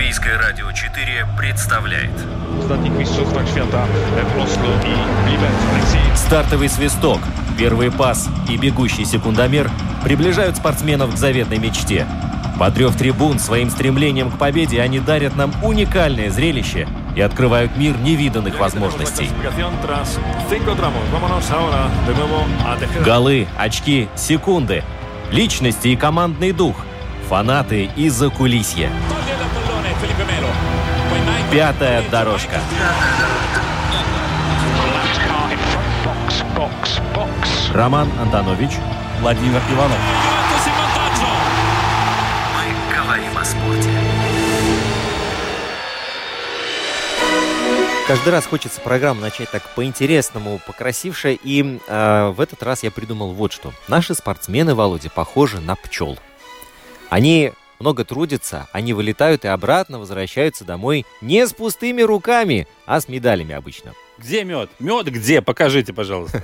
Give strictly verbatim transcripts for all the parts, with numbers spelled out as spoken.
Латвийское радио четыре представляет стартовый свисток, первый пас и бегущий секундомер приближают спортсменов к заветной мечте. Потрев трибун своим стремлением к победе, они дарят нам уникальное зрелище и открывают мир невиданных возможностей. Голы, очки, секунды, личности и командный дух, фанаты и закулисье. Пятая дорожка. Роман Антонович, Владимир Иванов. Мы говорим о спорте. Каждый раз хочется программу начать так по-интересному, покрасивше. И э, в этот раз я придумал вот что. Наши спортсмены, Володя, похожи на пчел. Они много трудятся, они вылетают и обратно возвращаются домой не с пустыми руками, а с медалями обычно. Где мед? Мед где? Покажите, пожалуйста.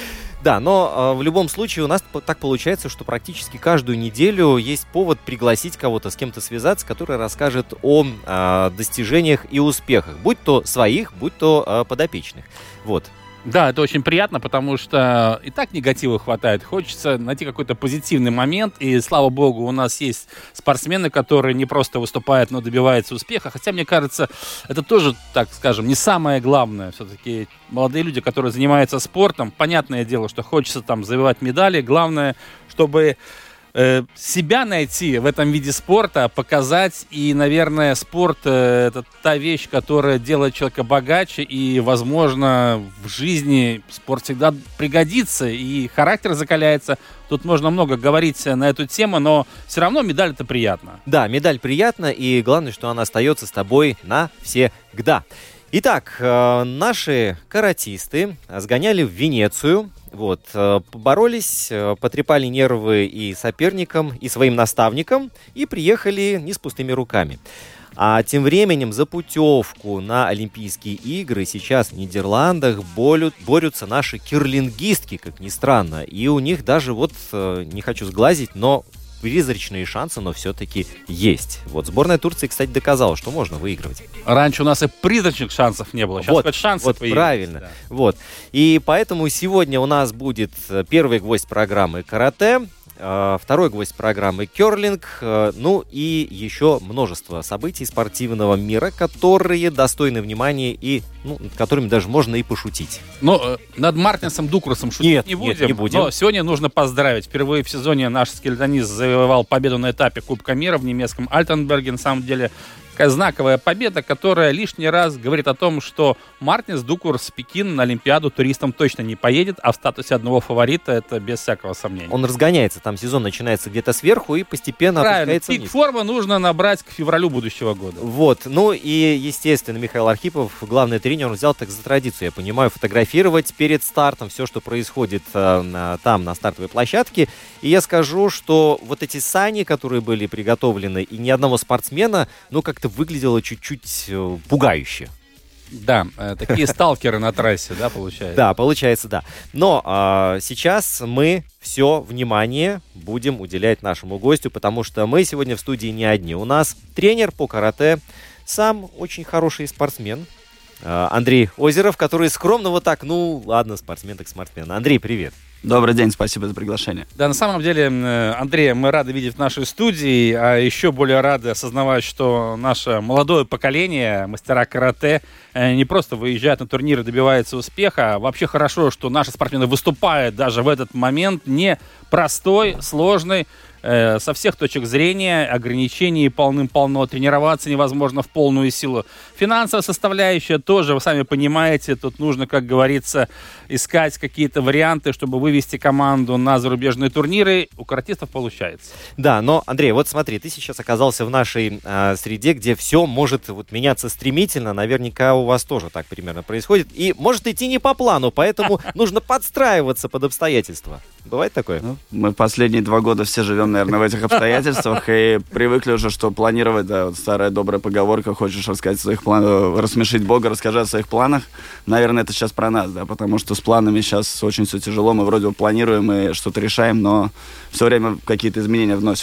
Да, но э, в любом случае у нас так получается, что практически каждую неделю есть повод пригласить кого-то, с кем-то связаться, который расскажет о э, достижениях и успехах, будь то своих, будь то э, подопечных. Вот. Да, это очень приятно, потому что и так негатива хватает. Хочется найти какой-то позитивный момент. И, слава богу, у нас есть спортсмены, которые не просто выступают, но добиваются успеха. Хотя, мне кажется, это тоже, так скажем, не самое главное. Все-таки молодые люди, которые занимаются спортом, понятное дело, что хочется там завоевать медали. Главное, чтобы э, себя найти в этом виде спорта, показать. И, наверное, спорт э, — это та вещь, которая делает человека богаче. И, возможно, в жизни спорт всегда пригодится. И характер закаляется. Тут можно много говорить на эту тему, но все равно медаль — это приятно. Да, медаль приятна. И главное, что она остается с тобой навсегда. Итак, э, наши каратисты сгоняли в Венецию. Вот, поборолись, потрепали нервы и соперникам, и своим наставникам, и приехали не с пустыми руками. А тем временем за путевку на Олимпийские игры сейчас в Нидерландах борются наши кирлингистки, как ни странно. И у них даже, вот, не хочу сглазить, но призрачные шансы, но все-таки есть. Вот сборная Турции, кстати, доказала, что можно выигрывать. Раньше у нас и призрачных шансов не было. Сейчас вот, хоть шансы вот появились. Правильно. Да. Вот. И поэтому сегодня у нас будет первый гвоздь программы карате, второй гвоздь программы керлинг, ну и еще множество событий спортивного мира, которые достойны внимания и ну, над которыми даже можно и пошутить. Но над Мартинсом Дукурсом шутить нет, не будем. Нет, не будем. Но сегодня нужно поздравить. Впервые в сезоне наш скелетонист завоевал победу на этапе Кубка мира в немецком Альтенберге. На самом деле такая знаковая победа, которая лишний раз говорит о том, что Мартинс Дукурс в Пекин на Олимпиаду туристам точно не поедет, а в статусе одного фаворита это без всякого сомнения. Он разгоняется, там сезон начинается где-то сверху и постепенно Правильно, опускается пик вниз. формы нужно набрать к февралю будущего года. Вот, ну и, естественно, Михаил Архипов, главный тренер, взял так за традицию, я понимаю, фотографировать перед стартом все, что происходит э, там, на стартовой площадке. И я скажу, что вот эти сани, которые были приготовлены, и ни одного спортсмена, ну, как-то выглядело чуть-чуть э, пугающе. Да, э, такие сталкеры на трассе, да, получается? Да, получается, да. Но э, сейчас мы все внимание будем уделять нашему гостю, потому что мы сегодня в студии не одни. У нас тренер по карате, сам очень хороший спортсмен, э, Андрей Озеров, который скромно вот так, ну, ладно, спортсмен так спортсмен. Андрей, привет. Добрый день, спасибо за приглашение. Да, на самом деле, Андрей, мы рады видеть в нашей студии, а еще более рады осознавать, что наше молодое поколение, мастера карате, не просто выезжают на турниры, добиваются успеха, а вообще хорошо, что наши спортсмены выступают даже в этот момент непростой, сложный, э, со всех точек зрения, ограничений полным-полно, тренироваться невозможно в полную силу. Финансовая составляющая тоже, вы сами понимаете, тут нужно, как говорится, искать какие-то варианты, чтобы вывести команду на зарубежные турниры. У каратистов получается. Да, но, Андрей, вот смотри, ты сейчас оказался в нашей э, среде, где все может вот, меняться стремительно. Наверняка у вас тоже так примерно происходит. И может идти не по плану, поэтому нужно подстраиваться под обстоятельства. Бывает такое? Ну, мы последние два года все живем, наверное, в этих обстоятельствах и привыкли уже, что планировать, да, вот старая добрая поговорка, хочешь рассказать о своих планах, рассмешить Бога, расскажи о своих планах. Наверное, это сейчас про нас, да, потому что с планами сейчас очень все тяжело, мы вроде бы планируем и что-то решаем, но все время какие-то изменения вносим.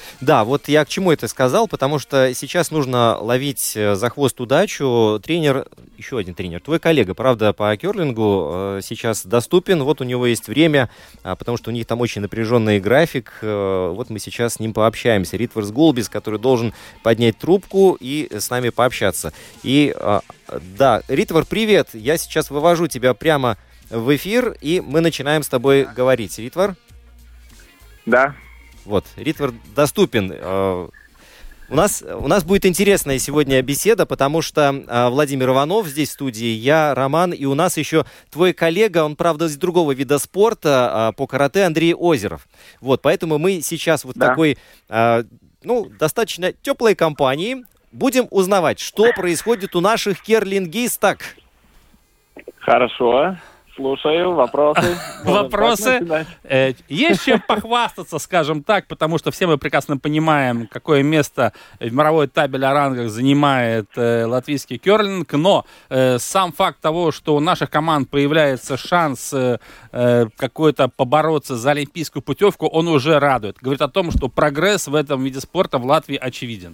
Да, вот я к чему это сказал, потому что сейчас нужно ловить за хвост удачу. Тренер, еще один тренер, твой коллега, правда, по керлингу сейчас доступен, вот у него есть время, потому что у них там очень напряженный график. Вот мы сейчас с ним пообщаемся. Ритварс Гулбис, который должен поднять трубку и с нами пообщаться. И да, Ритвар, привет, я сейчас вывожу тебя прямо в эфир, и мы начинаем с тобой говорить. Ритвар? Да. Вот, Ритвар доступен. У нас, у нас будет интересная сегодня беседа, потому что Владимир Иванов здесь в студии, я, Роман, и у нас еще твой коллега, он, правда, из другого вида спорта, по карате, Андрей Озеров. Вот, поэтому мы сейчас вот да. такой, ну, достаточно теплой компании будем узнавать, что происходит у наших керлингисток. Хорошо. Слушаю, вопросы. Вопросы. Э, есть чем похвастаться, скажем так, потому что все мы прекрасно понимаем, какое место в мировой табеле о рангах занимает э, латвийский керлинг, но э, сам факт того, что у наших команд появляется шанс э, э, какой-то побороться за олимпийскую путевку, он уже радует. Говорит о том, что прогресс в этом виде спорта в Латвии очевиден.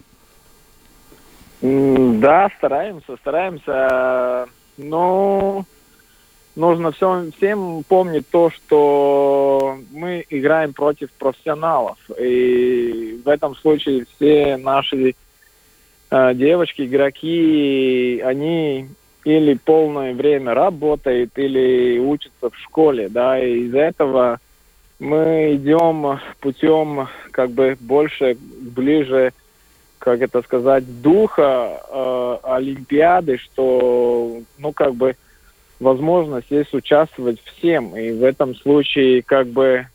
Да, стараемся, стараемся, но... Нужно все, всем помнить то, что мы играем против профессионалов. И в этом случае все наши э, девочки, игроки, они или полное время работают, или учатся в школе. Да? И из-за этого мы идем путем как бы больше, ближе, как это сказать, духа э, Олимпиады, что, ну, как бы, возможность есть участвовать всем. И в этом случае как бы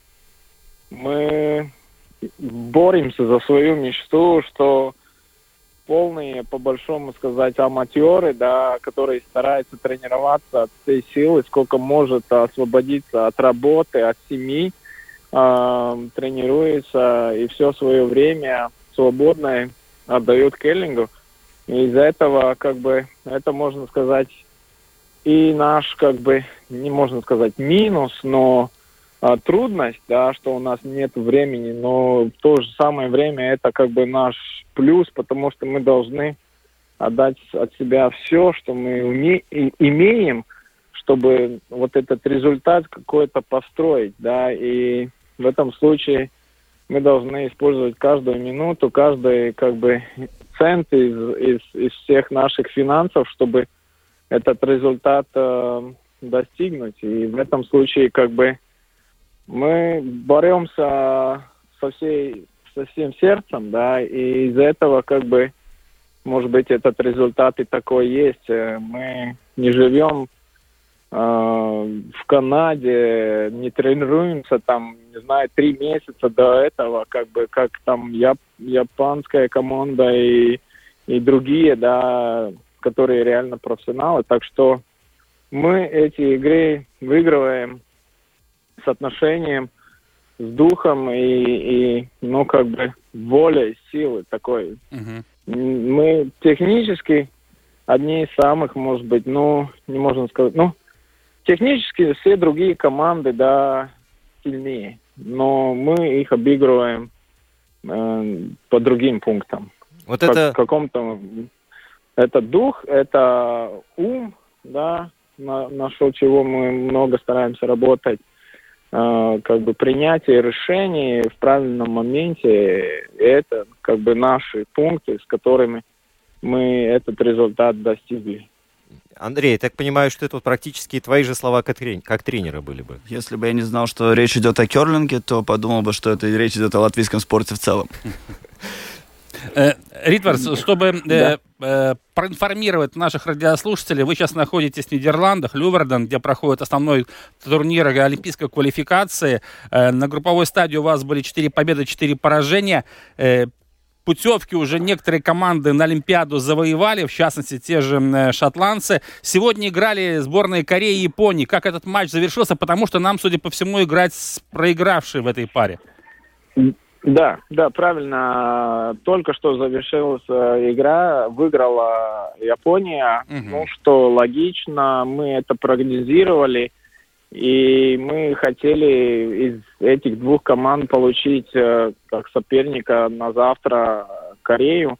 мы боремся за свою мечту, что полные, по большому сказать, аматеры, да, которые стараются тренироваться от всей силы, сколько может освободиться от работы, от семьи, э, тренируются и все свое время свободное отдают керлингу. И из-за этого, как бы, это можно сказать, и наш, как бы, не можно сказать минус, но а, трудность, да, что у нас нет времени, но в то же самое время это как бы наш плюс, потому что мы должны отдать от себя все, что мы уме- и, имеем, чтобы вот этот результат какой-то построить, да, и в этом случае мы должны использовать каждую минуту, каждый, как бы, цент из, из, из всех наших финансов, чтобы этот результат э, достигнуть. И в этом случае как бы мы боремся со, всей, со всем сердцем, да, и из-за этого как бы, может быть, этот результат и такой есть. Мы не живем э, в Канаде, не тренируемся там, не знаю, три месяца до этого, как бы, как там яп, японская команда и, и другие, да, которые реально профессионалы. Так что мы эти игры выигрываем с отношением, с духом и, и ну, как бы, волей, силой такой. Uh-huh. Мы технически одни из самых, может быть, ну, не можно сказать, ну, технически все другие команды, да, сильнее. Но мы их обыгрываем э, по другим пунктам. Вот как, это... В каком-то... Это дух, это ум, да, на, на что чего мы много стараемся работать, э, как бы принятие решений в правильном моменте, это как бы наши пункты, с которыми мы этот результат достигли. Андрей, я так понимаю, что это вот практически твои же слова как, трени- как тренера были бы. Если бы я не знал, что речь идет о керлинге, то подумал бы, что это речь идет о латвийском спорте в целом. Ритварс, чтобы э, э, проинформировать наших радиослушателей, вы сейчас находитесь в Нидерландах, Люверден, где проходит основной турнир олимпийской квалификации. Э, на групповой стадии у вас были четыре победы, четыре поражения. Э, путевки уже некоторые команды на Олимпиаду завоевали, в частности, те же э, шотландцы. Сегодня играли сборные Кореи и Японии. Как этот матч завершился? Потому что нам, судя по всему, играть с проигравшей в этой паре. Да, да, правильно. Только что завершилась игра, выиграла Япония. Угу. Ну, что логично, мы это прогнозировали. И мы хотели из этих двух команд получить э, как соперника на завтра Корею,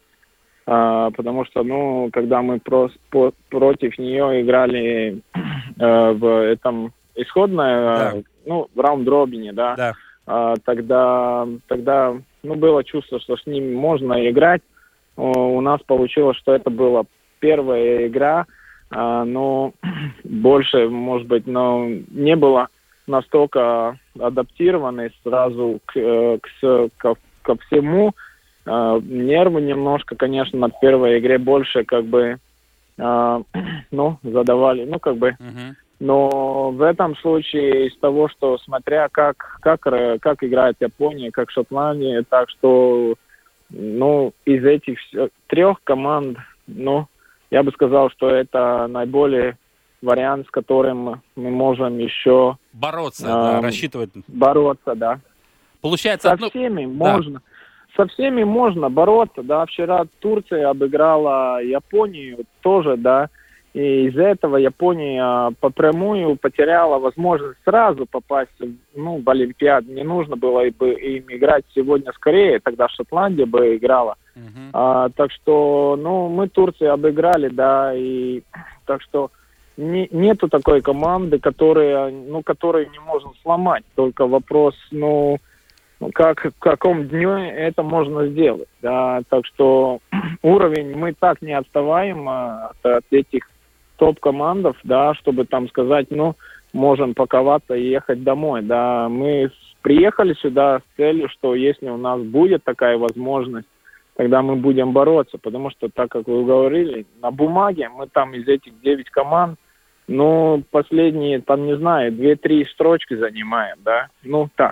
э, потому что, ну, когда мы прос, по, против нее играли э, в этом исходное, Да. э, ну, в раунд-робине, да, Да. э, тогда, тогда, ну, было чувство, что с ними можно играть. О, у нас получилось, что это была первая игра, Uh, но больше, может быть, но не было настолько адаптированы сразу к, к, к, ко всему. Uh, нервы немножко, конечно, на первой игре больше как бы, uh, ну, задавали, ну, как бы. Угу. Но в этом случае из того, что смотря как, как, как играет Япония, как Шотландия, так что, ну, из этих трех команд, ну, я бы сказал, что это наиболее вариант, с которым мы можем еще Бороться, э, да, рассчитывать. бороться, да. Получается, Со ну, всеми да. можно. Со всеми можно бороться, да. Вчера Турция обыграла Японию тоже, да. И из-за этого Япония по прямую потеряла возможность сразу попасть, ну, в Олимпиаду. Не нужно было бы им играть сегодня с Кореей, тогда Шотландия бы играла. Угу. А, так что, ну, мы Турцию обыграли, да, и так что не, нету такой команды, которая, ну, которую не можно сломать. Только вопрос, ну, как, в каком дне это можно сделать, да. Так что уровень мы так не отставаем от, от этих топ-командов, да, чтобы там сказать, ну, можем паковаться и ехать домой, да. Мы приехали сюда с целью, что если у нас будет такая возможность, тогда мы будем бороться, потому что, так как вы говорили, на бумаге мы там из этих девять команд, ну, последние, там, не знаю, две-три строчки занимаем, да, ну, так.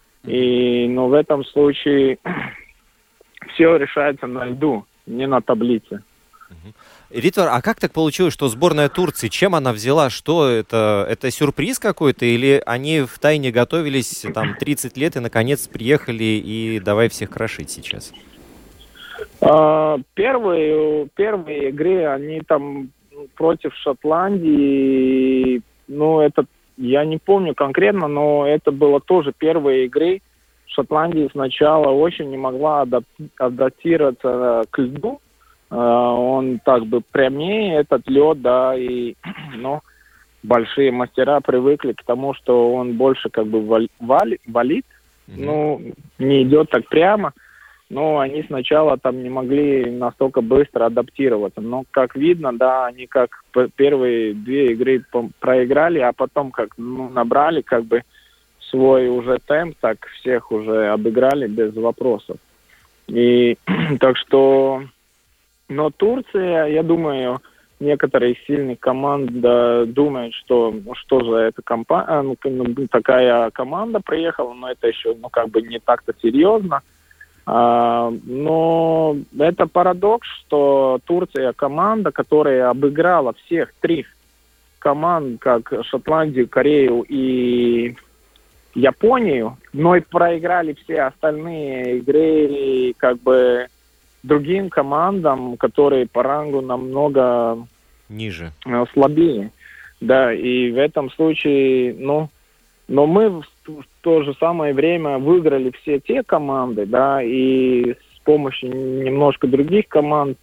И, ну, в этом случае все решается на льду, не на таблице. Ритвар, а как так получилось, что сборная Турции, чем она взяла? Что это? Это сюрприз какой-то? Или они втайне готовились там тридцать лет и наконец приехали и давай всех крошить сейчас? Первые, первые игры, они там против Шотландии, ну, это, я не помню конкретно, но это было тоже первые игры. Шотландия сначала очень не могла адап- адаптироваться к льду. Он так бы прямее, этот лед, да, и, ну, большие мастера привыкли к тому, что он больше как бы вали, вали, валит, mm-hmm. ну, не идет так прямо. Но они сначала там не могли настолько быстро адаптироваться. Но, как видно, да, они как первые две игры проиграли, а потом как, ну, набрали как бы свой уже темп, так всех уже обыграли без вопросов. И так что... Но Турция, я думаю, некоторые сильные команды да, думают, что ну, что же это компа- ну, такая команда приехала, но это еще ну, как бы не так-то серьезно. А, но это парадокс, что Турция команда, которая обыграла всех трех команд, как Шотландию, Корею и Японию, но и проиграли все остальные игры как бы другим командам, которые по рангу намного ниже, слабее. Да, и в этом случае, ну, но мы в, в то же самое время выиграли все те команды, да, и с помощью немножко других команд,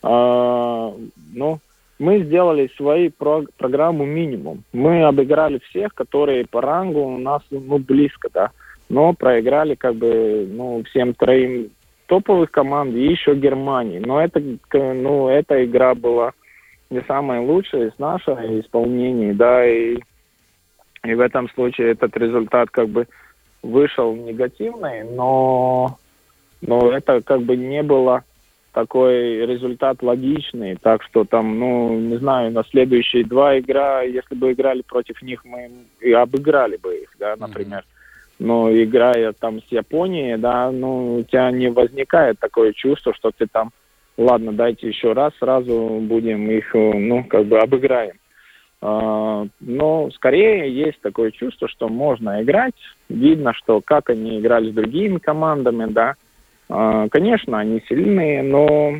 э, ну, мы сделали свои про- программу минимум. Мы обыграли всех, которые по рангу у нас, ну, близко, да, но проиграли как бы, ну, всем троим топовых команд и еще Германии. Но это, ну, эта игра была не самая лучшая из нашего исполнения, да, и, и в этом случае этот результат как бы вышел негативный, но, но это как бы не было такой результат логичный, так что там, ну, не знаю, на следующие два игра, если бы играли против них, мы и обыграли бы их, да, например. Mm-hmm. Но играя там с Японией, да, ну, у тебя не возникает такое чувство, что ты там, ладно, дайте еще раз, сразу будем их, ну, как бы обыграем. А, но скорее есть такое чувство, что можно играть. Видно, что как они играли с другими командами, да. А, конечно, они сильные, но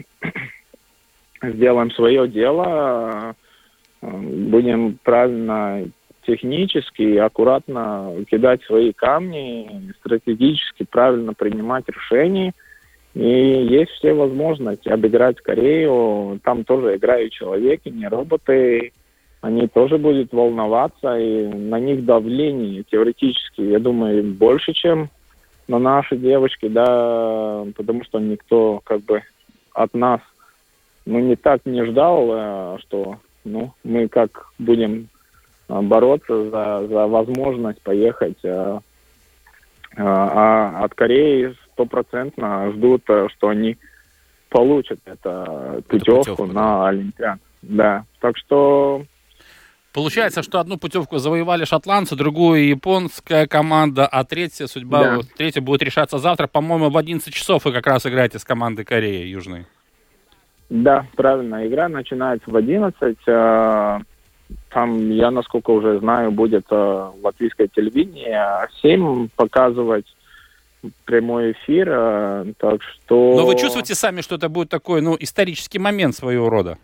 сделаем свое дело, будем правильно технически, аккуратно кидать свои камни, стратегически правильно принимать решения. И есть все возможности обыграть Корею. Там тоже играют человеки, не роботы. Они тоже будут волноваться, и на них давление теоретически, я думаю, больше, чем на наши девочки, да, потому что никто как бы от нас, ну, не так не ждал, что, ну, мы как будем бороться за, за возможность поехать. А, а от Кореи стопроцентно ждут, что они получат это путевку, путевку на да. Олимпиаду. Да, так что... Получается, что одну путевку завоевали шотландцы, другую японская команда, а третья судьба, да. третья будет решаться завтра. По-моему, в одиннадцать часов вы как раз играете с командой Кореи Южной. Да, правильно. Игра начинается в одиннадцать. Там, я, насколько уже знаю, будет латвийское телевидение. А в семь показывать прямой эфир. Так что... Но вы чувствуете сами, что это будет такой, ну, исторический момент своего рода?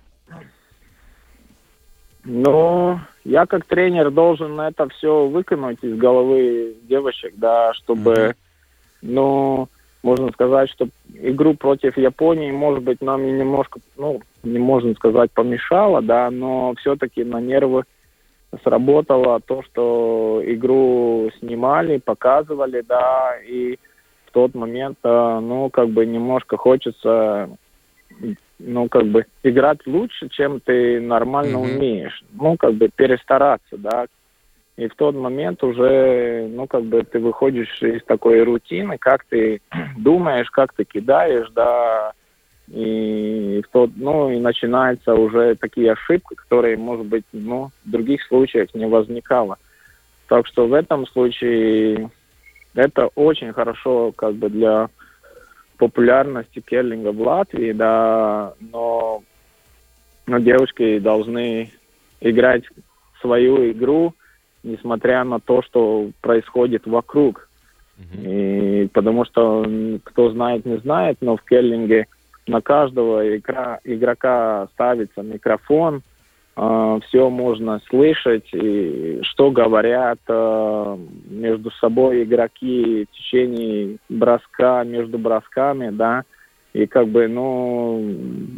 Ну, я как тренер должен это все выкинуть из головы девочек, да, чтобы, mm-hmm. ну, можно сказать, что игру против Японии, может быть, нам и немножко, ну, не можно сказать, помешало, да, но все-таки на нервы сработало то, что игру снимали, показывали, да, и в тот момент, ну, как бы немножко хочется... ну, как бы, играть лучше, чем ты нормально mm-hmm. умеешь. Ну, как бы, перестараться, да. И в тот момент уже, ну, как бы, ты выходишь из такой рутины, как ты думаешь, как ты кидаешь, да. И в тот, ну, и начинаются уже такие ошибки, которые, может быть, ну, в других случаях не возникало. Так что в этом случае это очень хорошо, как бы, для... популярности керлинга в Латвии, да, но, но девушки должны играть свою игру, несмотря на то, что происходит вокруг. Mm-hmm. И потому что, кто знает, не знает, но в керлинге на каждого игра, игрока ставится микрофон, э, все можно слышать, и что говорят э, между собой игроки в течение броска, между бросками, да, и как бы, ну,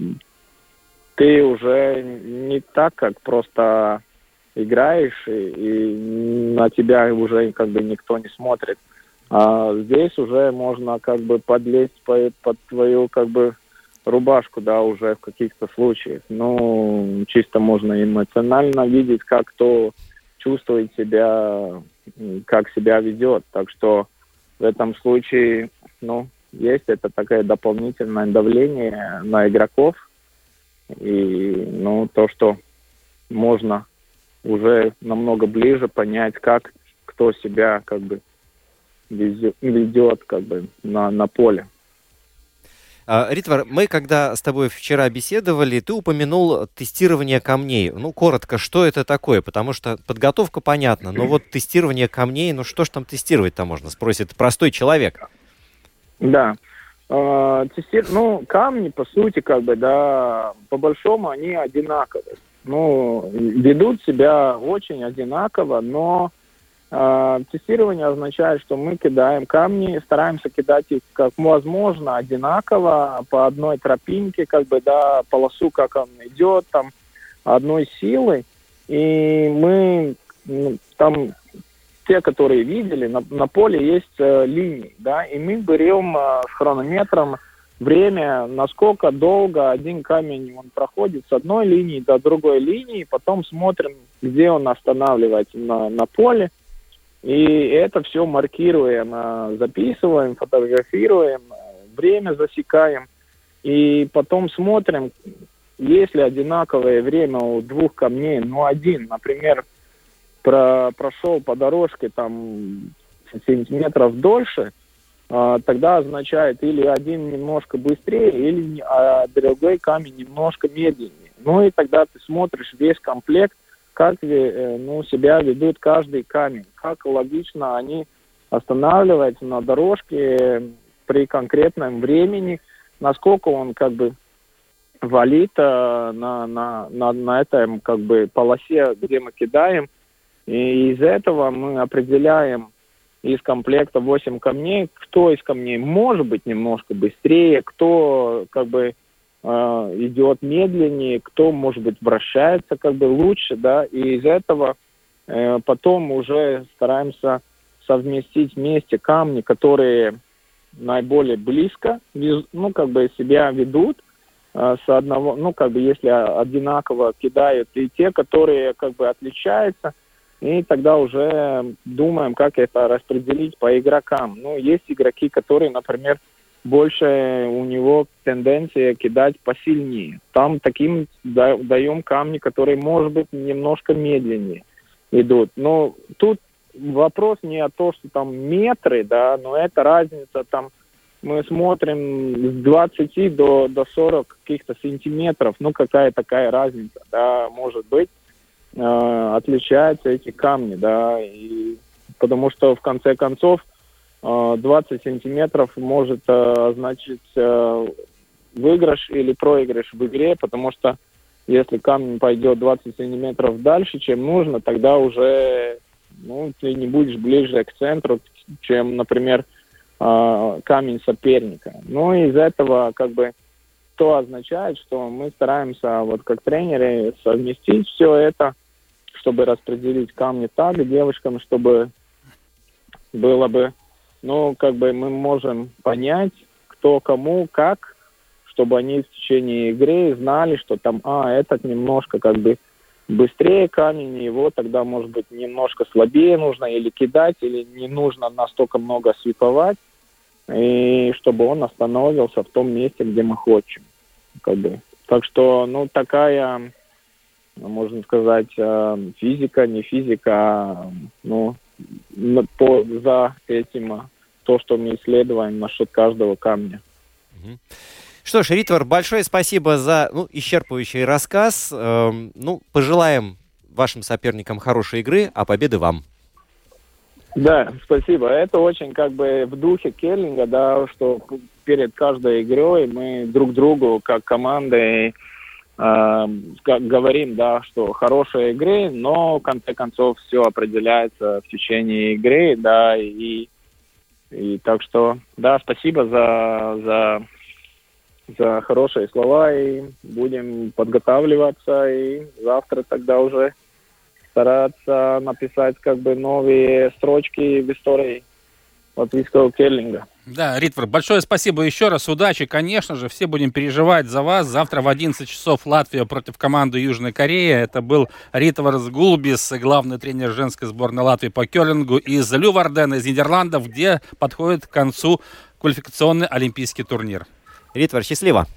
ты уже не так, как просто играешь, и, и на тебя уже как бы никто не смотрит. А здесь уже можно как бы подлезть под, под твою как бы рубашку, да, уже в каких-то случаях. Ну, чисто можно эмоционально видеть, как кто чувствует себя, как себя ведет. Так что в этом случае, ну, есть это такое дополнительное давление на игроков. И, ну, то, что можно уже намного ближе понять, как кто себя как бы ведет как бы на, на поле. Ритвар, мы когда с тобой вчера беседовали, ты упомянул тестирование камней. Ну, коротко, что это такое? Потому что подготовка понятна, но вот тестирование камней, ну что ж там тестировать-то можно, спросит простой человек. Да. Э, тестир... Ну, камни, по сути, как бы, да, по-большому они одинаковые. Ну, ведут себя очень одинаково, но э, тестирование означает, что мы кидаем камни, стараемся кидать их как возможно одинаково, по одной тропинке, как бы, да, полосу, как он идет, там, одной силы. И мы, ну, там, те, которые видели, на, на поле есть э, линии, да, и мы берем э, с хронометром время, насколько долго один камень он проходит с одной линии до другой линии, потом смотрим, где он останавливается на, на поле, и это все маркируем, записываем, фотографируем, время засекаем, и потом смотрим, есть ли одинаковое время у двух камней, ну один, например, про, прошел по дорожке там сантиметров дольше, тогда означает или один немножко быстрее, или а другой камень немножко медленнее. Ну и тогда ты смотришь весь комплект, как ну, себя ведут каждый камень, как логично они останавливаются на дорожке при конкретном времени, насколько он как бы валит на, на, на, на этом как бы полосе, где мы кидаем, И из этого мы определяем из комплекта восемь камней, кто из камней может быть немножко быстрее, кто как бы э, идет медленнее, кто, может быть, вращается как бы лучше, да, и из этого э, потом уже стараемся совместить вместе камни, которые наиболее близко, ну, как бы себя ведут, э, с одного, ну, как бы если одинаково кидают, и те, которые как бы отличаются. И тогда уже думаем, как это распределить по игрокам. Ну, есть игроки, которые, например, больше у него тенденция кидать посильнее. Там таким да, даем камни, которые, может быть, немножко медленнее идут. Но тут вопрос не о том, что там метры, да, но это разница там. Мы смотрим с двадцати до, до сорока каких-то сантиметров. Ну, какая такая разница, да, может быть. Отличаются эти камни, да, и потому что в конце концов двадцать сантиметров может означать выигрыш или проигрыш в игре, потому что если камень пойдет двадцать сантиметров дальше, чем нужно, тогда уже, ну, ты не будешь ближе к центру, чем, например, камень соперника. Ну, из этого как бы то означает, что мы стараемся вот как тренеры совместить все это, чтобы распределить камни так девушкам, чтобы было бы, ну, как бы мы можем понять, кто кому, как, чтобы они в течение игры знали, что там, а, этот немножко как бы быстрее камень, его тогда, может быть, немножко слабее нужно или кидать, или не нужно настолько много свиповать, и чтобы он остановился в том месте, где мы хотим. Как бы. Так что, ну, такая... можно сказать, физика, не физика, а, ну, по, за этим то, что мы исследуем насчет каждого камня. Что ж, Ритвар, большое спасибо за ну, исчерпывающий рассказ. Эм, ну, пожелаем вашим соперникам хорошей игры, а победы вам. Да, спасибо. Это очень как бы в духе керлинга, да, что перед каждой игрой мы друг другу как командой Э, как говорим, да, что хорошие игры, но в конце концов все определяется в течение игры, да, и, и так что, да, спасибо за, за, за хорошие слова, и будем подготавливаться, и завтра тогда уже стараться написать как бы новые строчки в истории латвийского керлинга. Да, Ритвар, большое спасибо еще раз. Удачи, конечно же. Все будем переживать за вас. Завтра в одиннадцать часов Латвия против команды Южной Кореи. Это был Ритвар Гулбис, главный тренер женской сборной Латвии по керлингу из Лювардена, из Нидерландов, где подходит к концу квалификационный олимпийский турнир. Ритвар, счастливо.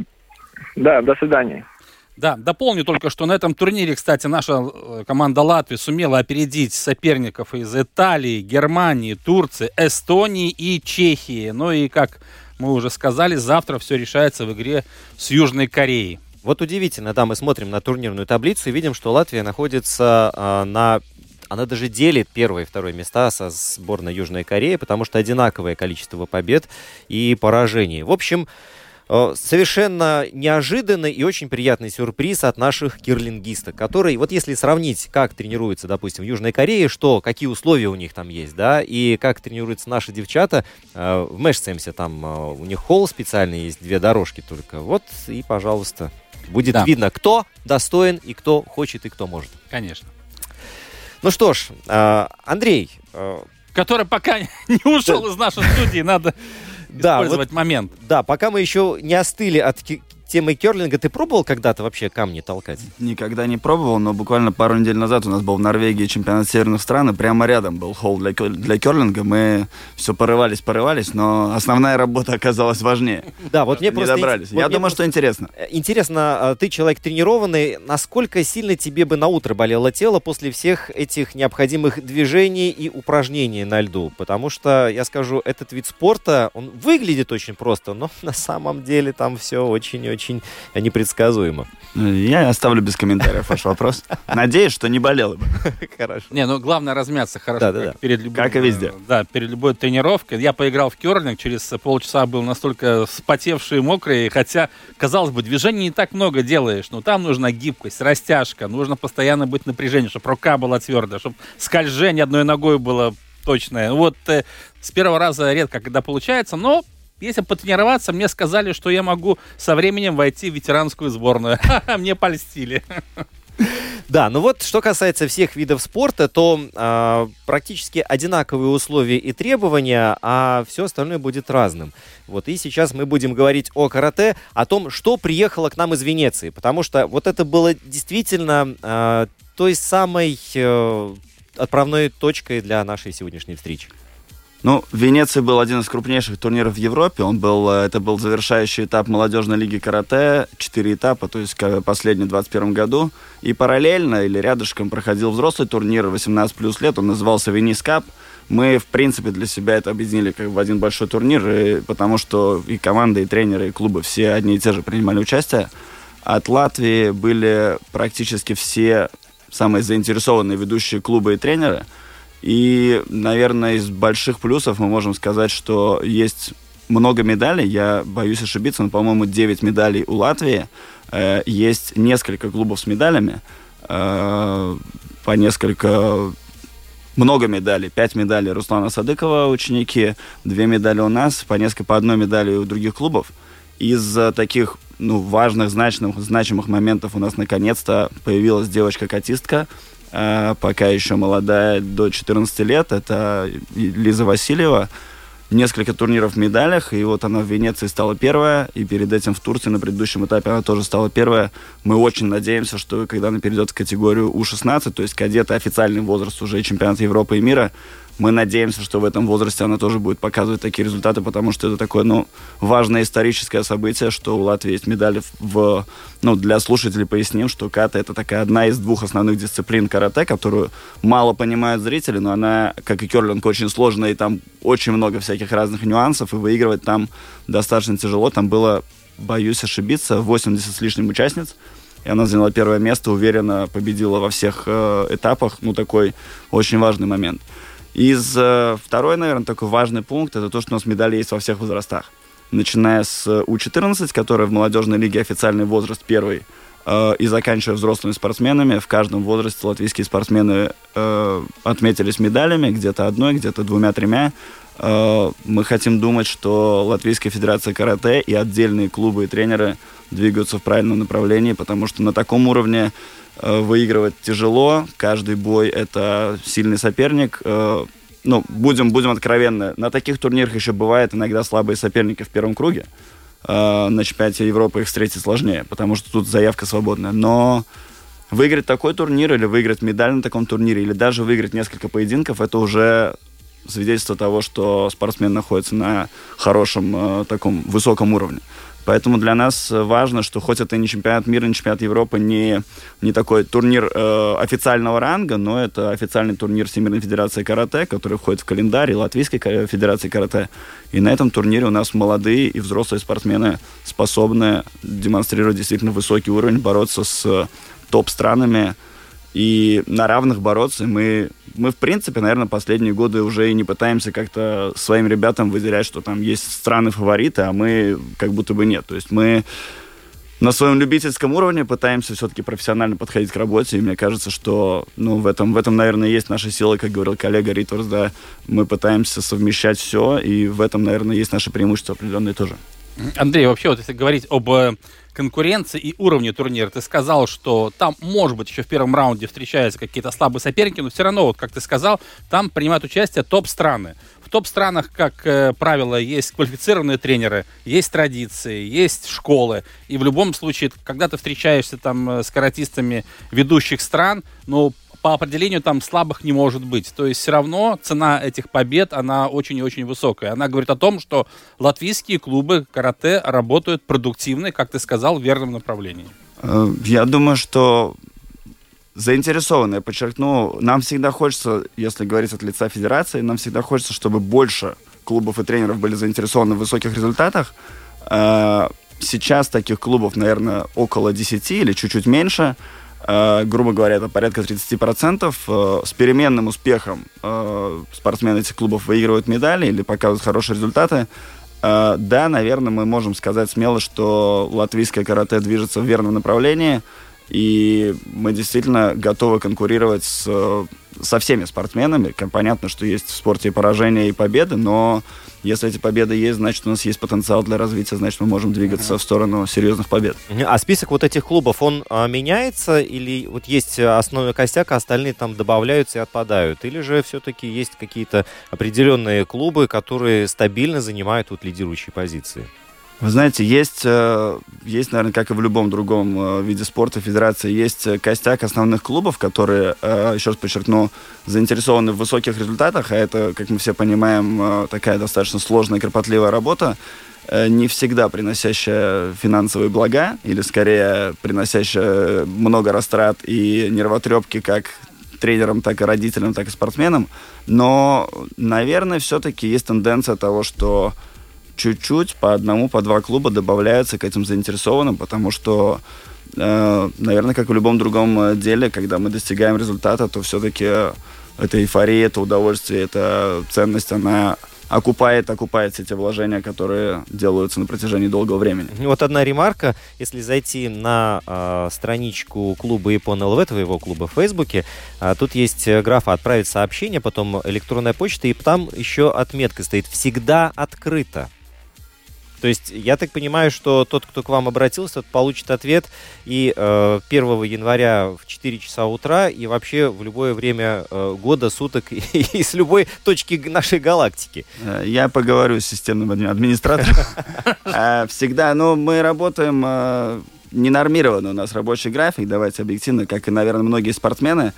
Да, до свидания. Да, дополню только, что на этом турнире, кстати, наша команда Латвии сумела опередить соперников из Италии, Германии, Турции, Эстонии и Чехии. Ну и, как мы уже сказали, завтра все решается в игре с Южной Кореей. Вот удивительно, да, мы смотрим на турнирную таблицу и видим, что Латвия находится э, на... Она даже делит первое и второе места со сборной Южной Кореи, потому что одинаковое количество побед и поражений. В общем... Совершенно неожиданный и очень приятный сюрприз от наших кирлингисток, которые, вот если сравнить, как тренируются, допустим, в Южной Корее, что, какие условия у них там есть, да, и как тренируются наши девчата, в Мэшсемсе там у них холл специальный есть, две дорожки только, вот и, пожалуйста, будет да. видно, кто достоин и кто хочет и кто может. Конечно. Ну что ж, Андрей... Который пока не ушел из нашей студии, надо... Да, использовать вот, момент. Да, пока мы еще не остыли от ки- темы керлинга, ты пробовал когда-то вообще камни толкать? Никогда не пробовал, но буквально пару недель назад у нас был в Норвегии чемпионат северных стран, и прямо рядом был холл для, для керлинга. Мы все порывались, порывались, но основная работа оказалась важнее. Да, вот мне не просто... добрались. Вот Я думаю, просто... что интересно. Интересно, ты человек тренированный, насколько сильно тебе бы на утро болело тело после всех этих необходимых движений и упражнений на льду? Потому что, я скажу, этот вид спорта, он выглядит очень просто, но на самом деле там все очень-очень очень непредсказуемо. Я оставлю без комментариев ваш вопрос. Надеюсь, что не болело бы. Хорошо. Не, ну главное размяться хорошо, Да, да, как да. перед любой, Как и везде. Да, перед любой тренировкой. Я поиграл в керлинг, через полчаса был настолько вспотевший и мокрый, хотя, казалось бы, движений не так много делаешь, но там нужна гибкость, растяжка, нужно постоянно быть в напряжении, чтобы рука была твердая, чтобы скольжение одной ногой было точное. Вот э, с первого раза редко когда получается, но если потренироваться, мне сказали, что я могу со временем войти в ветеранскую сборную. Мне польстили. Да, ну вот, что касается всех видов спорта, то э, практически одинаковые условия и требования, а все остальное будет разным. Вот, и сейчас мы будем говорить о карате, о том, что приехало к нам из Венеции, потому что вот это было действительно э, той самой э, отправной точкой для нашей сегодняшней встречи. Ну, в Венеции был один из крупнейших турниров в Европе. Он был, это был завершающий этап молодежной лиги карате. Четыре этапа, то есть последний в двадцать первом году. И параллельно или рядышком проходил взрослый турнир восемнадцать плюс лет. Он назывался Venice Cup. Мы, в принципе, для себя это объединили как в один большой турнир, и, потому что и команды, и тренеры, и клубы все одни и те же принимали участие. От Латвии были практически все самые заинтересованные ведущие клубы и тренеры. И, наверное, из больших плюсов мы можем сказать, что есть много медалей. Я боюсь ошибиться, но, по-моему, девять медалей у Латвии. Э, есть несколько клубов с медалями. Э, по несколько... Много медалей. Пять медалей Руслана Садыкова ученики. Две медали у нас. По несколько, по одной медали у других клубов. Из таких ну, важных, значимых, значимых моментов у нас наконец-то появилась девочка-катистка. Пока еще молодая, до четырнадцати лет, это Лиза Васильева. Несколько турниров в медалях, и вот она в Венеции стала первая, и перед этим в Турции на предыдущем этапе она тоже стала первая. Мы очень надеемся, что когда она перейдет в категорию У шестнадцать, то есть кадеты, официальный возраст уже и чемпионат Европы и мира, мы надеемся, что в этом возрасте она тоже будет показывать такие результаты, потому что это такое, ну, важное историческое событие, что у Латвии есть медали в... Ну, для слушателей поясним, что ката — это такая одна из двух основных дисциплин карате, которую мало понимают зрители, но она, как и керлинг, очень сложная, и там очень много всяких разных нюансов, и выигрывать там достаточно тяжело. Там было, боюсь ошибиться, восемьдесят с лишним участниц, и она заняла первое место, уверенно победила во всех э, этапах. Ну, такой очень важный момент. Из э, второй, наверное, такой важный пункт, это то, что у нас медали есть во всех возрастах. Начиная с У четырнадцать, которая в молодежной лиге официальный возраст первый, э, и заканчивая взрослыми спортсменами. В каждом возрасте латвийские спортсмены э, отметились медалями, где-то одной, где-то двумя-тремя. Э, мы хотим думать, что Латвийская федерация карате и отдельные клубы и тренеры двигаются в правильном направлении, потому что на таком уровне выигрывать тяжело, каждый бой — это сильный соперник. Ну, будем, будем откровенны, на таких турнирах еще бывает иногда слабые соперники в первом круге. На чемпионате Европы их встретить сложнее, потому что тут заявка свободная. Но выиграть такой турнир или выиграть медаль на таком турнире, или даже выиграть несколько поединков, это уже свидетельство того, что спортсмен находится на хорошем, таком высоком уровне. Поэтому для нас важно, что хоть это не чемпионат мира, не чемпионат Европы, не, не такой турнир э, официального ранга, но это официальный турнир Всемирной Федерации Карате, который входит в календарь и Латвийской Федерации Карате. И на этом турнире у нас молодые и взрослые спортсмены способны демонстрировать действительно высокий уровень, бороться с топ-странами и на равных бороться. И мы, мы, в принципе, наверное, последние годы уже и не пытаемся как-то своим ребятам выделять, что там есть страны-фавориты, а мы как будто бы нет. То есть мы на своем любительском уровне пытаемся все-таки профессионально подходить к работе, и мне кажется, что ну, в, этом, в этом, наверное, есть наша сила, как говорил коллега Ритворс, да, мы пытаемся совмещать все, и в этом, наверное, есть наше преимущество определенное тоже. Андрей, вообще, вот если говорить об конкуренции и уровне турнира, ты сказал, что там, может быть, еще в первом раунде встречаются какие-то слабые соперники, но все равно, вот как ты сказал, там принимают участие топ-страны. В топ-странах, как э, правило, есть квалифицированные тренеры, есть традиции, есть школы. И в любом случае, когда ты встречаешься там с каратистами ведущих стран, ну, по определению там слабых не может быть. То есть все равно цена этих побед, она очень и очень высокая. Она говорит о том, что латвийские клубы карате работают продуктивно, как ты сказал, в верном направлении. Я думаю, что заинтересованные, подчеркну, нам всегда хочется, если говорить от лица федерации, нам всегда хочется, чтобы больше клубов и тренеров были заинтересованы в высоких результатах. сейчас таких клубов, наверное, около десяти или чуть-чуть меньше. Uh, грубо говоря, это порядка тридцать процентов. Uh, с переменным успехом uh, спортсмены этих клубов выигрывают медали или показывают хорошие результаты. Uh, да, наверное, мы можем сказать смело, что латвийское карате движется в верном направлении, и мы действительно готовы конкурировать с, со всеми спортсменами. Понятно, что есть в спорте и поражения, и победы, но если эти победы есть, значит, у нас есть потенциал для развития, значит, мы можем двигаться uh-huh. в сторону серьезных побед. А список вот этих клубов, он а, меняется? Или вот есть основной костяк, а остальные там добавляются и отпадают? Или же все-таки есть какие-то определенные клубы, которые стабильно занимают вот лидирующие позиции? Вы знаете, есть, есть, наверное, как и в любом другом виде спорта, федерации, есть костяк основных клубов, которые, еще раз подчеркну, заинтересованы в высоких результатах, а это, как мы все понимаем, такая достаточно сложная, кропотливая работа, не всегда приносящая финансовые блага, или скорее приносящая много растрат и нервотрепки как тренерам, так и родителям, так и спортсменам. Но, наверное, все-таки есть тенденция того, что чуть-чуть по одному, по два клуба добавляются к этим заинтересованным, потому что, э, наверное, как в любом другом деле, когда мы достигаем результата, то все-таки эта эйфория, это удовольствие, эта ценность, она окупает, окупает все те вложения, которые делаются на протяжении долгого времени. Вот одна ремарка. Если зайти на э, страничку клуба Ippon точка эл ви, твоего клуба в Фейсбуке, э, тут есть графа «Отправить сообщение», потом электронная почта, и там еще отметка стоит «Всегда открыто». То есть я так понимаю, что тот, кто к вам обратился, тот получит ответ и э, первого января в четыре часа утра, и вообще в любое время э, года, суток, и, и с любой точки нашей галактики. Я поговорю с системным администратором. Всегда, но мы работаем ненормированно, у нас рабочий график, давайте объективно, как и, наверное, многие спортсмены.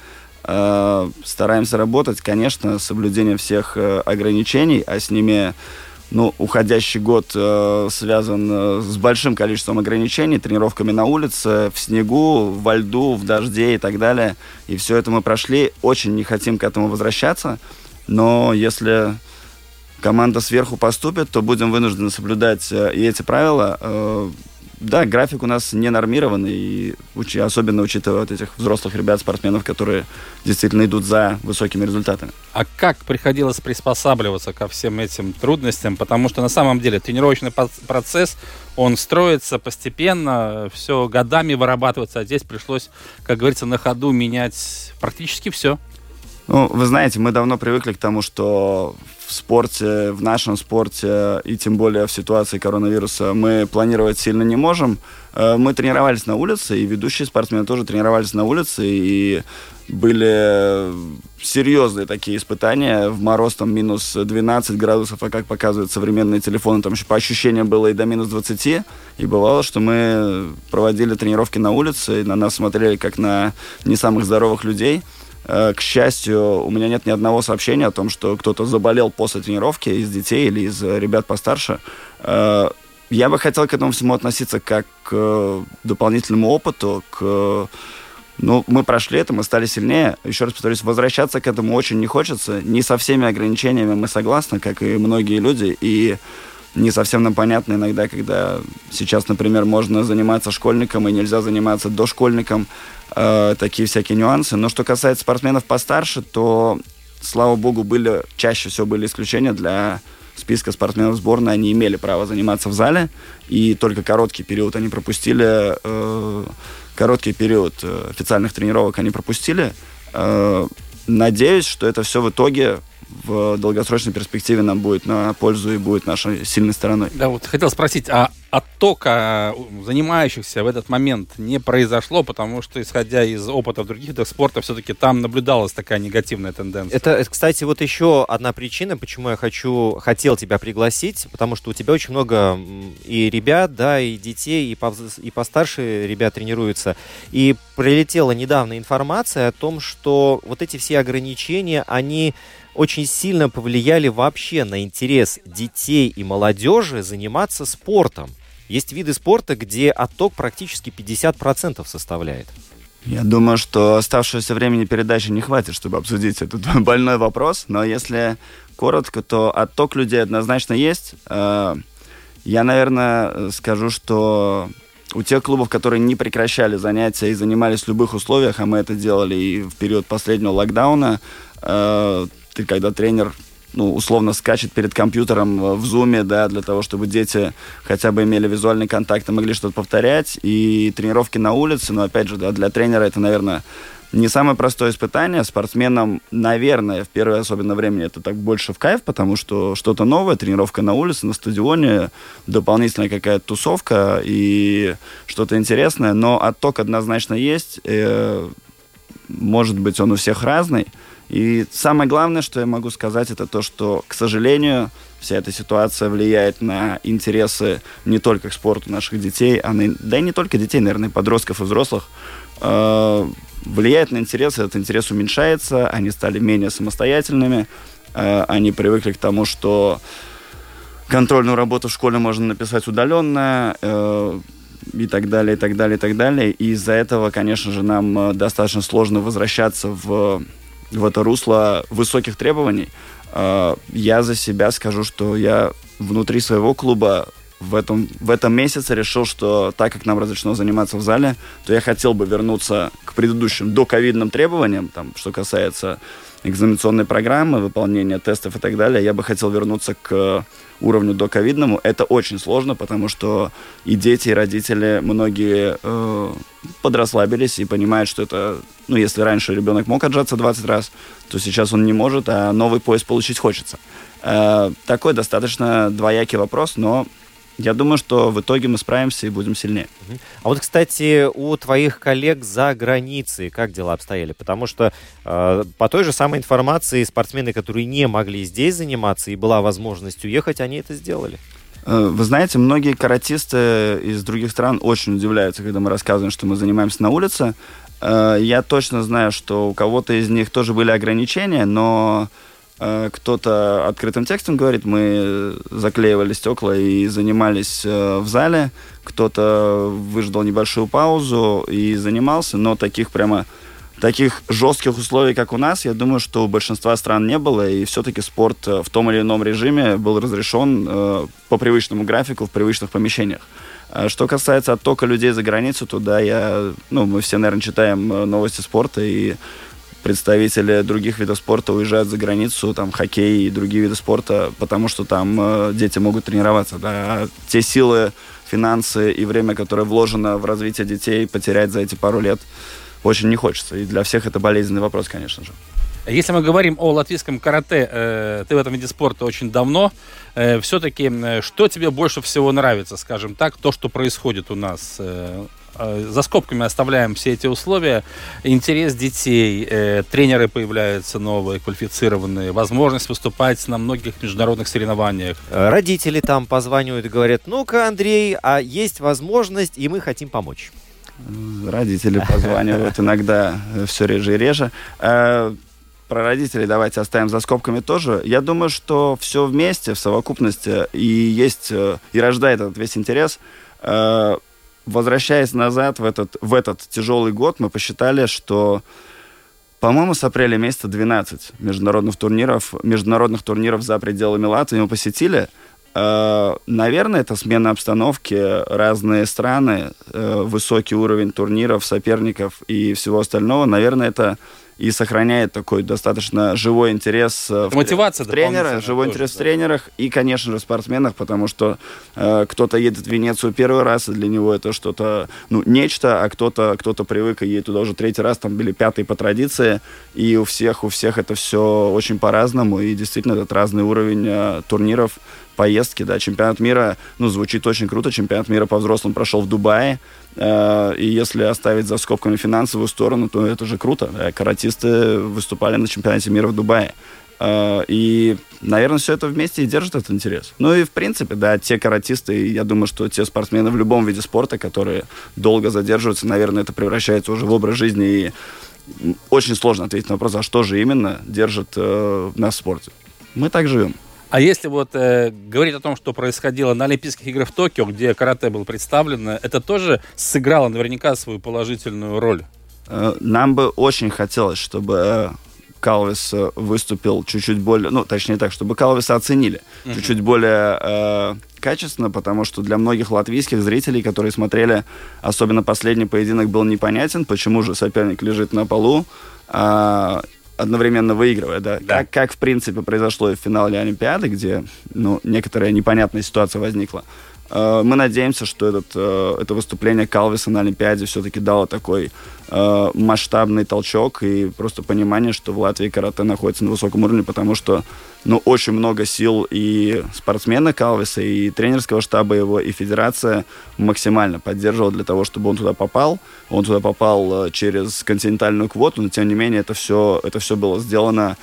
Стараемся работать, конечно, с соблюдением всех ограничений, а с ними... Ну, уходящий год э, связан э, с большим количеством ограничений, тренировками на улице, в снегу, во льду, в дожде и так далее. И все это мы прошли. Очень не хотим к этому возвращаться. Но если команда сверху поступит, то будем вынуждены соблюдать э, и эти правила. Э, да, график у нас не нормированный, и уч- особенно учитывая вот этих взрослых ребят, спортсменов, которые действительно идут за высокими результатами. А как приходилось приспосабливаться ко всем этим трудностям? Потому что на самом деле тренировочный процесс, он строится постепенно, все годами вырабатывается, а здесь пришлось, как говорится, на ходу менять практически все. Ну, вы знаете, мы давно привыкли к тому, что в спорте, в нашем спорте, и тем более в ситуации коронавируса, мы планировать сильно не можем. Мы тренировались на улице, и ведущие спортсмены тоже тренировались на улице, и были серьезные такие испытания. В мороз там минус двенадцать градусов, а как показывают современные телефоны, там еще по ощущениям было и до минус двадцати. И бывало, что мы проводили тренировки на улице, и на нас смотрели как на не самых здоровых людей. К счастью, у меня нет ни одного сообщения о том, что кто-то заболел после тренировки из детей или из ребят постарше. Я бы хотел к этому всему относиться как к дополнительному опыту, к... Ну, мы прошли это, мы стали сильнее. Еще раз повторюсь, возвращаться к этому очень не хочется. Не со всеми ограничениями мы согласны, как и многие люди, и не совсем нам понятно иногда, когда сейчас, например, можно заниматься школьником и нельзя заниматься дошкольником, э, такие всякие нюансы. Но что касается спортсменов постарше, то, слава богу, были, чаще всего были исключения для списка спортсменов сборной. Они имели право заниматься в зале, и только короткий период они пропустили, э, короткий период официальных тренировок они пропустили. Э, надеюсь, что это все в итоге в долгосрочной перспективе нам будет на пользу и будет нашей сильной стороной. Да, вот хотел спросить, а оттока занимающихся в этот момент не произошло, потому что, исходя из опыта в других видах спорта, все-таки там наблюдалась такая негативная тенденция? Это, кстати, вот еще одна причина, почему я хочу, хотел тебя пригласить, потому что у тебя очень много и ребят, да, и детей, и, пов... и постарше ребят тренируются. И прилетела недавно информация о том, что вот эти все ограничения, они очень сильно повлияли вообще на интерес детей и молодежи заниматься спортом. Есть виды спорта, где отток практически пятьдесят процентов составляет. Я думаю, что оставшегося времени передачи не хватит, чтобы обсудить этот больной вопрос. Но если коротко, то отток людей однозначно есть. Я, наверное, скажу, что у тех клубов, которые не прекращали занятия и занимались в любых условиях, а мы это делали и в период последнего локдауна, э, ты, когда тренер, ну, условно скачет перед компьютером в зуме, да, для того, чтобы дети хотя бы имели визуальный контакт и могли что-то повторять, и тренировки на улице, но, опять же, да, для тренера это, наверное, не самое простое испытание. Спортсменам, наверное, в первое особенно время это так больше в кайф, потому что что-то новое, тренировка на улице, на стадионе, дополнительная какая-то тусовка и что-то интересное. Но отток однозначно есть. Э, может быть, он у всех разный. И самое главное, что я могу сказать, это то, что, к сожалению, вся эта ситуация влияет на интересы не только к спорту наших детей, а на, да и не только детей, наверное, подростков и взрослых. Э, влияет на интерес, этот интерес уменьшается, они стали менее самостоятельными, э, они привыкли к тому, что контрольную работу в школе можно написать удаленно, э, и так далее, и так далее, и так далее. И из-за этого, конечно же, нам достаточно сложно возвращаться в, в это русло высоких требований. Э, я за себя скажу, что я внутри своего клуба В этом, в этом месяце решил, что так как нам разрешено заниматься в зале, то я хотел бы вернуться к предыдущим доковидным требованиям, там, что касается экзаменационной программы, выполнения тестов и так далее. Я бы хотел вернуться к уровню доковидному. Это очень сложно, потому что и дети, и родители, многие э, подрасслабились и понимают, что это... Ну, если раньше ребенок мог отжаться двадцать раз, то сейчас он не может, а новый пояс получить хочется. Э, такой достаточно двоякий вопрос, но... Я думаю, что в итоге мы справимся и будем сильнее. А вот, кстати, у твоих коллег за границей как дела обстояли? Потому что э, по той же самой информации спортсмены, которые не могли здесь заниматься и была возможность уехать, они это сделали. Вы знаете, многие каратисты из других стран очень удивляются, когда мы рассказываем, что мы занимаемся на улице. Я точно знаю, что у кого-то из них тоже были ограничения, но... Кто-то открытым текстом говорит, мы заклеивали стекла и занимались в зале, кто-то выждал небольшую паузу и занимался, но таких прямо таких жестких условий, как у нас, я думаю, что у большинства стран не было, и все-таки спорт в том или ином режиме был разрешен по привычному графику в привычных помещениях. Что касается оттока людей за границу, то да, я, ну, мы все, наверное, читаем новости спорта, и представители других видов спорта уезжают за границу, там, хоккей и другие виды спорта, потому что там э, дети могут тренироваться. Да? А те силы, финансы и время, которое вложено в развитие детей, потерять за эти пару лет очень не хочется. И для всех это болезненный вопрос, конечно же. Если мы говорим о латвийском карате, э, ты в этом виде спорта очень давно, э, все-таки э, что тебе больше всего нравится, скажем так, то, что происходит у нас? Э, За скобками оставляем все эти условия. Интерес детей, э, тренеры появляются новые, квалифицированные, возможность выступать на многих международных соревнованиях. Родители там позванивают и говорят, ну-ка, Андрей, а есть возможность, и мы хотим помочь. Родители позванивают иногда все реже и реже. Про родителей давайте оставим за скобками тоже. Я думаю, что все вместе, в совокупности, и есть, и рождает этот весь интерес. Возвращаясь назад в этот, в этот тяжелый год, мы посчитали, что, по-моему, с апреля месяца двенадцать международных турниров, международных турниров за пределами Латвии мы посетили. Э, наверное, это смена обстановки, разные страны, э, высокий уровень турниров, соперников и всего остального. Наверное, это и сохраняет такой достаточно живой интерес в, Мотивация в тренера, живой тоже, интерес да. в тренерах и, конечно же, в спортсменах, потому что э, кто-то едет в Венецию первый раз, и для него это что-то, ну, нечто, а кто-то, кто-то привык и едет туда уже третий раз, там были пятый по традиции, и у всех, у всех это все очень по-разному, и действительно этот разный уровень э, турниров, поездки, да, чемпионат мира, ну, звучит очень круто, чемпионат мира по взрослым прошел в Дубае, э, и если оставить за скобками финансовую сторону, то это же круто, да, каратисты выступали на чемпионате мира в Дубае, э, и, наверное, все это вместе и держит этот интерес. Ну и, в принципе, да, те каратисты, я думаю, что те спортсмены в любом виде спорта, которые долго задерживаются, наверное, это превращается уже в образ жизни, и очень сложно ответить на вопрос, а что же именно держит э, нас в спорте. Мы так живем. А если вот э, говорить о том, что происходило на Олимпийских играх в Токио, где карате было представлено, это тоже сыграло наверняка свою положительную роль? Нам бы очень хотелось, чтобы Калвис выступил чуть-чуть более, ну, точнее так, чтобы Калвиса оценили mm-hmm. чуть-чуть более э, качественно, потому что для многих латвийских зрителей, которые смотрели, особенно последний поединок, был непонятен, почему же соперник лежит на полу, э, одновременно выигрывая, да, да. Как, как, в принципе, произошло и в финале Олимпиады, где, ну, некоторая непонятная ситуация возникла. Мы надеемся, что этот, это выступление Калвиса на Олимпиаде все-таки дало такой э, масштабный толчок и просто понимание, что в Латвии карате находится на высоком уровне, потому что, ну, очень много сил и спортсмена Калвиса, и тренерского штаба его, и федерация максимально поддерживала для того, чтобы он туда попал. Он туда попал через континентальную квоту, но, тем не менее, это все, это все было сделано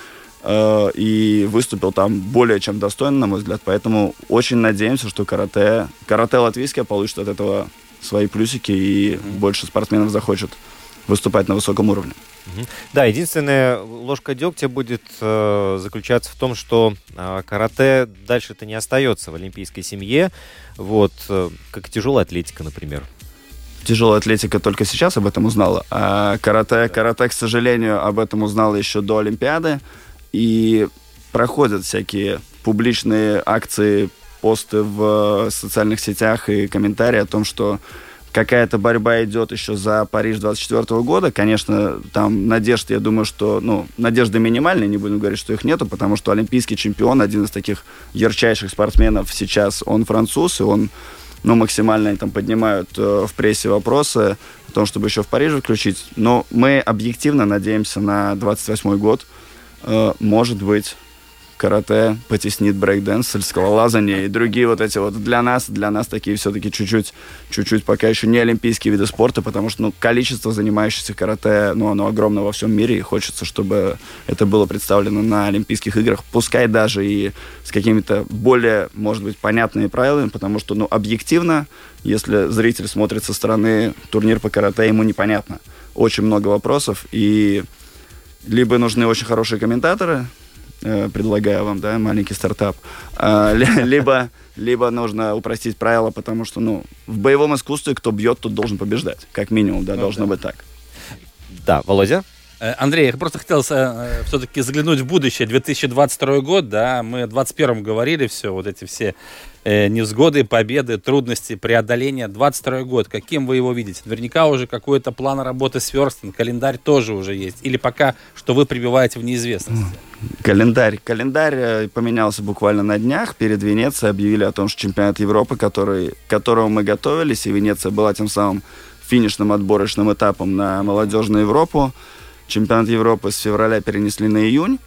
и выступил там более чем достойно, на мой взгляд. Поэтому очень надеемся, что карате, карате латвийское получит от этого свои плюсики, и mm-hmm. больше спортсменов захочет выступать на высоком уровне. Mm-hmm. Да, единственная ложка дегтя будет э, заключаться в том, что э, карате дальше-то не остается в олимпийской семье, вот, э, как тяжелая атлетика, например. Тяжелая атлетика только сейчас об этом узнала, а карате, карате, к сожалению, об этом узнала еще до Олимпиады. И проходят всякие публичные акции, посты в социальных сетях и комментарии о том, что какая-то борьба идет еще за Париж двадцать четвёртого года. Конечно, там надежд, я думаю, что, ну, надежды минимальные, не будем говорить, что их нету, потому что олимпийский чемпион, один из таких ярчайших спортсменов сейчас, он француз, и он, ну, максимально там поднимают э, в прессе вопросы о том, чтобы еще в Париже включить. Но мы объективно надеемся на двадцать восьмой год. Может быть, карате потеснит брейк-дэнс, скалолазание и другие вот эти вот для нас, для нас такие все-таки чуть-чуть, чуть-чуть пока еще не олимпийские виды спорта, потому что, ну, количество занимающихся карате, ну, оно огромное во всем мире, и хочется, чтобы это было представлено на Олимпийских играх, пускай даже и с какими-то более, может быть, понятными правилами, потому что, ну, объективно, если зритель смотрит со стороны турнир по карате, ему непонятно. Очень много вопросов, и либо нужны очень хорошие комментаторы, э, предлагаю вам, да, маленький стартап, э, либо, либо нужно упростить правила, потому что, ну, в боевом искусстве кто бьет, тот должен побеждать. Как минимум, да, ну, должно да. быть так. Да, Володя? Андрей, я просто хотел э, все-таки заглянуть в будущее. две тысячи двадцать второй год, да, мы в двадцать первом говорили все, вот эти все э, невзгоды, победы, трудности, преодоления. двадцать второй год, каким вы его видите? Наверняка уже какой-то план работы сверстан, календарь тоже уже есть. Или пока что вы пребываете в неизвестности? Календарь. Календарь поменялся буквально на днях. Перед Венецией объявили о том, что чемпионат Европы, который, к которому мы готовились, и Венеция была тем самым финишным отборочным этапом на молодежную Европу. Чемпионат Европы с февраля перенесли на июнь.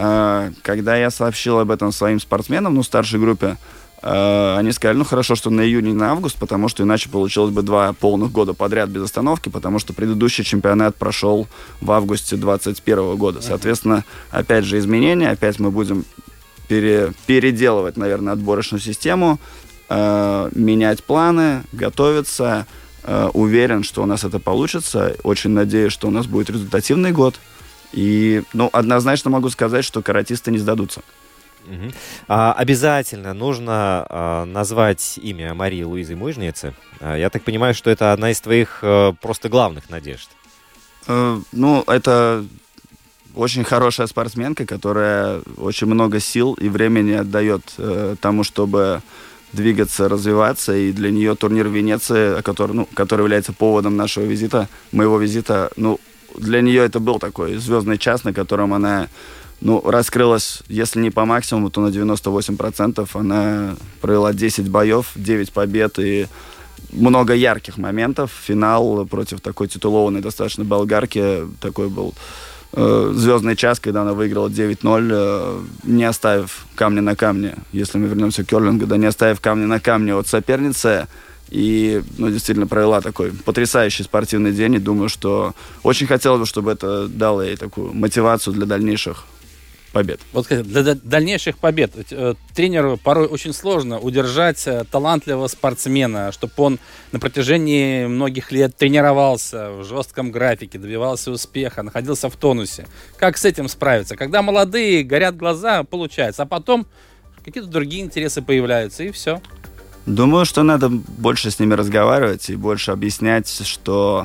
Когда я сообщил об этом своим спортсменам, ну, старшей группе, они сказали, ну, хорошо, что на июнь и на август, потому что иначе получилось бы два полных года подряд без остановки, потому что предыдущий чемпионат прошел в августе двадцать первого года. Соответственно, опять же изменения, опять мы будем пере, переделывать, наверное, отборочную систему, менять планы, готовиться. Уверен, что у нас это получится. Очень надеюсь, что у нас будет результативный год. И, ну, однозначно могу сказать, что каратисты не сдадутся. Угу. А, обязательно нужно а, назвать имя Марии Луизы Муйжницы. А, я так понимаю, что это одна из твоих а, просто главных надежд. Э, ну, это очень хорошая спортсменка, которая очень много сил и времени отдает э, тому, чтобы двигаться, развиваться, и для нее турнир в Венеции, который, ну, который является поводом нашего визита, моего визита, ну, для нее это был такой звездный час, на котором она, ну, раскрылась, если не по максимуму, то на девяносто восемь процентов. Она провела десять боев, девять побед и много ярких моментов. Финал против такой титулованной достаточно болгарки, такой был звездный час, когда она выиграла девять ноль, не оставив камня на камне, если мы вернемся к керлингу, да, не оставив камня на камне от соперницы, и, ну, действительно провела такой потрясающий спортивный день, и думаю, что очень хотелось бы, чтобы это дало ей такую мотивацию для дальнейших побед. Вот для дальнейших побед тренеру порой очень сложно удержать талантливого спортсмена, чтобы он на протяжении многих лет тренировался в жестком графике, добивался успеха, находился в тонусе. Как с этим справиться? Когда молодые, горят глаза, получается, а потом какие-то другие интересы появляются, и все. Думаю, что надо больше с ними разговаривать и больше объяснять, что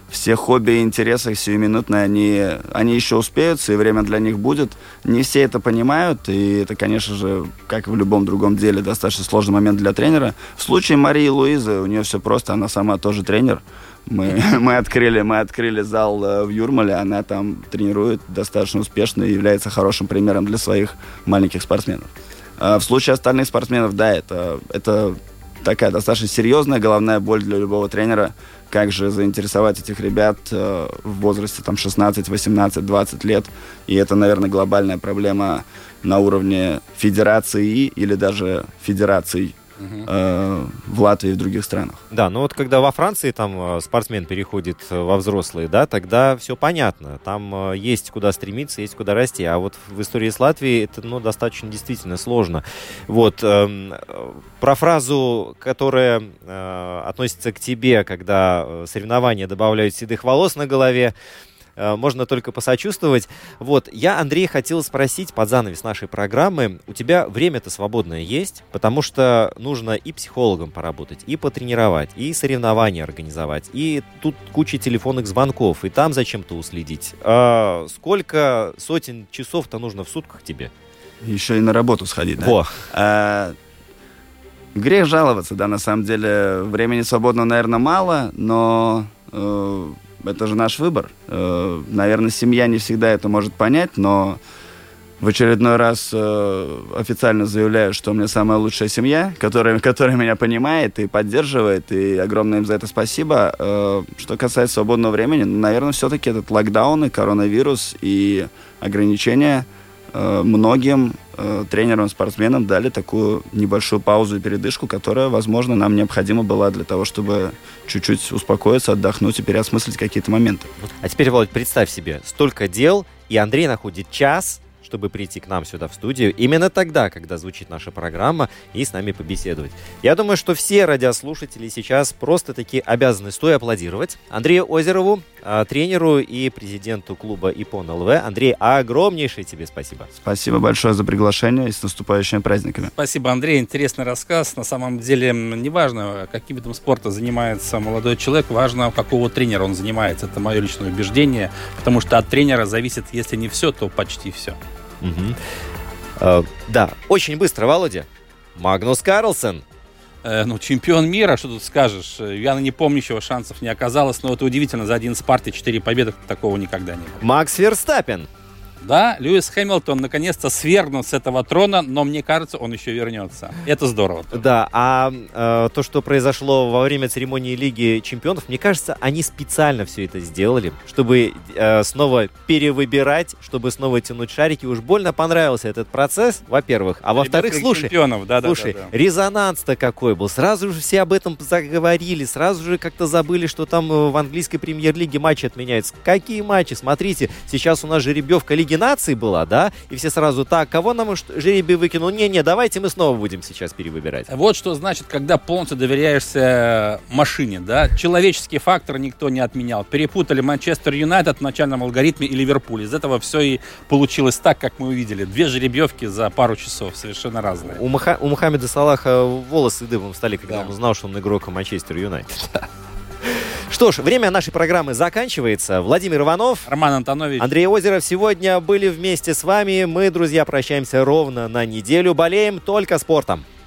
все хобби и интересы сиюминутные, они, они еще успеются, и время для них будет. Не все это понимают, и это, конечно же, как и в любом другом деле, достаточно сложный момент для тренера. В случае Марии Луизы у нее все просто, она сама тоже тренер. Мы, мы, открыли, мы открыли зал в Юрмале, она там тренирует достаточно успешно и является хорошим примером для своих маленьких спортсменов. А в случае остальных спортсменов, да, это, это такая достаточно серьезная головная боль для любого тренера. Как же заинтересовать этих ребят э, в возрасте там, шестнадцать, восемнадцать, двадцать лет. И это, наверное, глобальная проблема на уровне федерации или даже федераций э, в Латвии и в других странах. Да, но вот когда во Франции там спортсмен переходит во взрослые, да, тогда все понятно. Там есть куда стремиться, есть куда расти. А вот в истории с Латвией это, ну, достаточно действительно сложно. Вот. Э, про фразу, которая э, относится к тебе, когда соревнования добавляют седых волос на голове, можно только посочувствовать. Вот, я, Андрей, хотел спросить под занавес нашей программы, у тебя время-то свободное есть? Потому что нужно и психологом поработать, и потренировать, и соревнования организовать, и тут куча телефонных звонков, и там зачем-то уследить. А сколько сотен часов-то нужно в сутках тебе? Еще и на работу сходить, да? Во. А, грех жаловаться, да, на самом деле. Времени свободного, наверное, мало, но... Э, это же наш выбор. Э, наверное, семья не всегда это может понять, но в очередной раз э, официально заявляю, что у меня самая лучшая семья, которая, которая меня понимает и поддерживает, и огромное им за это спасибо. Э, что касается свободного времени, наверное, все-таки этот локдаун и коронавирус и ограничения э, многим э, тренерам, спортсменам дали такую небольшую паузу и передышку, которая, возможно, нам необходима была для того, чтобы чуть-чуть успокоиться, отдохнуть и переосмыслить какие-то моменты. А теперь, Володь, представь себе, столько дел, и Андрей находит час, чтобы прийти к нам сюда в студию, именно тогда, когда звучит наша программа, и с нами побеседовать. Я думаю, что все радиослушатели сейчас просто-таки обязаны стоя аплодировать Андрею Озерову, тренеру и президенту клуба ИПОН ЛВ. Андрей, огромнейшее тебе спасибо. Спасибо большое за приглашение и с наступающими праздниками. Спасибо, Андрей. Интересный рассказ. На самом деле, неважно, каким видом спорта занимается молодой человек, важно, какого тренера он занимается. Это мое личное убеждение, потому что от тренера зависит, если не все, то почти все. Угу. Uh, да, очень быстро, Володя. Магнус Карлсен. Э, ну, чемпион мира, что тут скажешь. Я не помню, еще шансов не оказалось, но это удивительно. За один спарт и четыре победы такого никогда не было. Макс Верстаппен. Да, Льюис Хэмилтон наконец-то свергнут с этого трона, но мне кажется, он еще вернется. Это здорово. Да, а э, то, что произошло во время церемонии Лиги Чемпионов, мне кажется, они специально все это сделали, чтобы э, снова перевыбирать, чтобы снова тянуть шарики. Уж больно понравился этот процесс, во-первых. А во-вторых, слушай, да, слушай, да, да, да. резонанс-то какой был. Сразу же все об этом заговорили, сразу же как-то забыли, что там в английской премьер-лиге матчи отменяются. Какие матчи? Смотрите, сейчас у нас жеребьевка Лиги Наций была, да, и все сразу, так, кого нам жеребий выкинул? Не-не, давайте мы снова будем сейчас перевыбирать. Вот что значит, когда полностью доверяешься машине, да, человеческий фактор никто не отменял. Перепутали Манчестер Юнайтед в начальном алгоритме и Ливерпуль. Из этого все и получилось так, как мы увидели. Две жеребьевки за пару часов, совершенно разные. У, Маха- у Мухаммеда Салаха волосы дыбом стали, когда да. он узнал, что он игрок Манчестер Юнайтед. Что ж, время нашей программы заканчивается. Владимир Иванов, Роман Антонович, Андрей Озеров сегодня были вместе с вами. Мы, друзья, прощаемся ровно на неделю. Болеем только спортом.